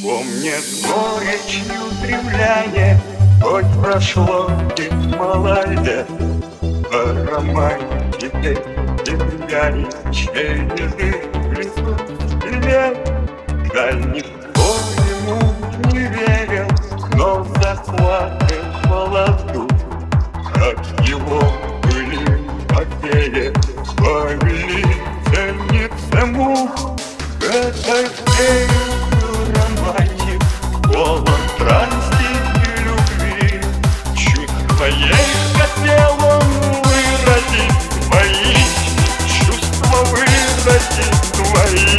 Помнят горечь и удивление, хоть прошло немало лет, а романтикой земляне через лет. Жаль, никто ему не верил, но захватывала дух, как его были потери, повели цениться мух. Это романтик, полон страсти и любви. Чувства ей хотел он выразить свои, чувства выразить свои.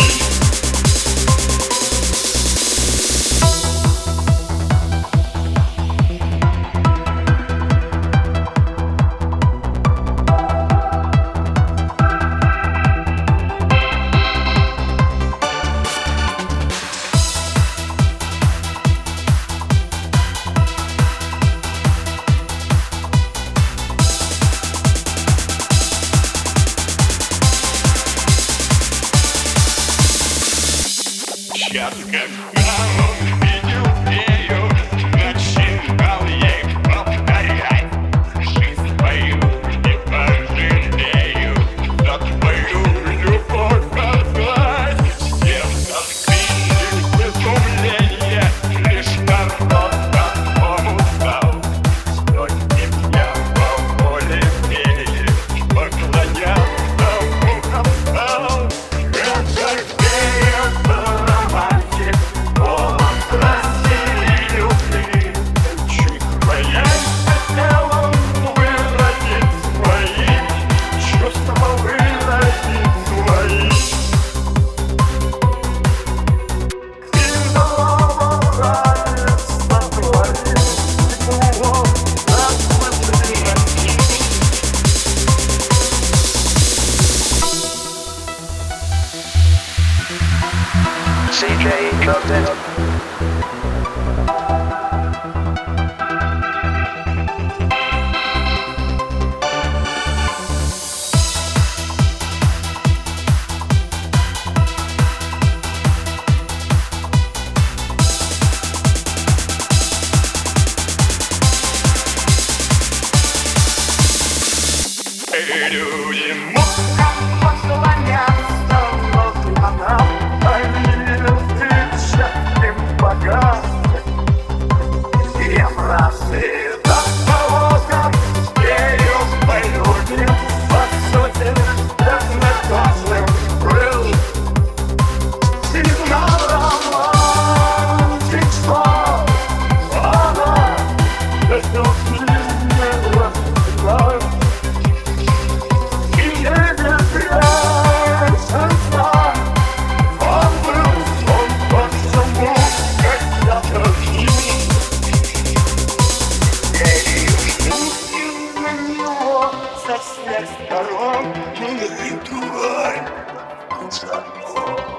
Сейчас, когда он видел ею, начинал ей повторять: жизнь твою не пожалею, за твою любовь отдать. Всем тоски и безумления лишь народ такому стал. Стольким я по воле феи поклоняться Богом стал. CJ Compton. Люди со всех сторон, ритуаль.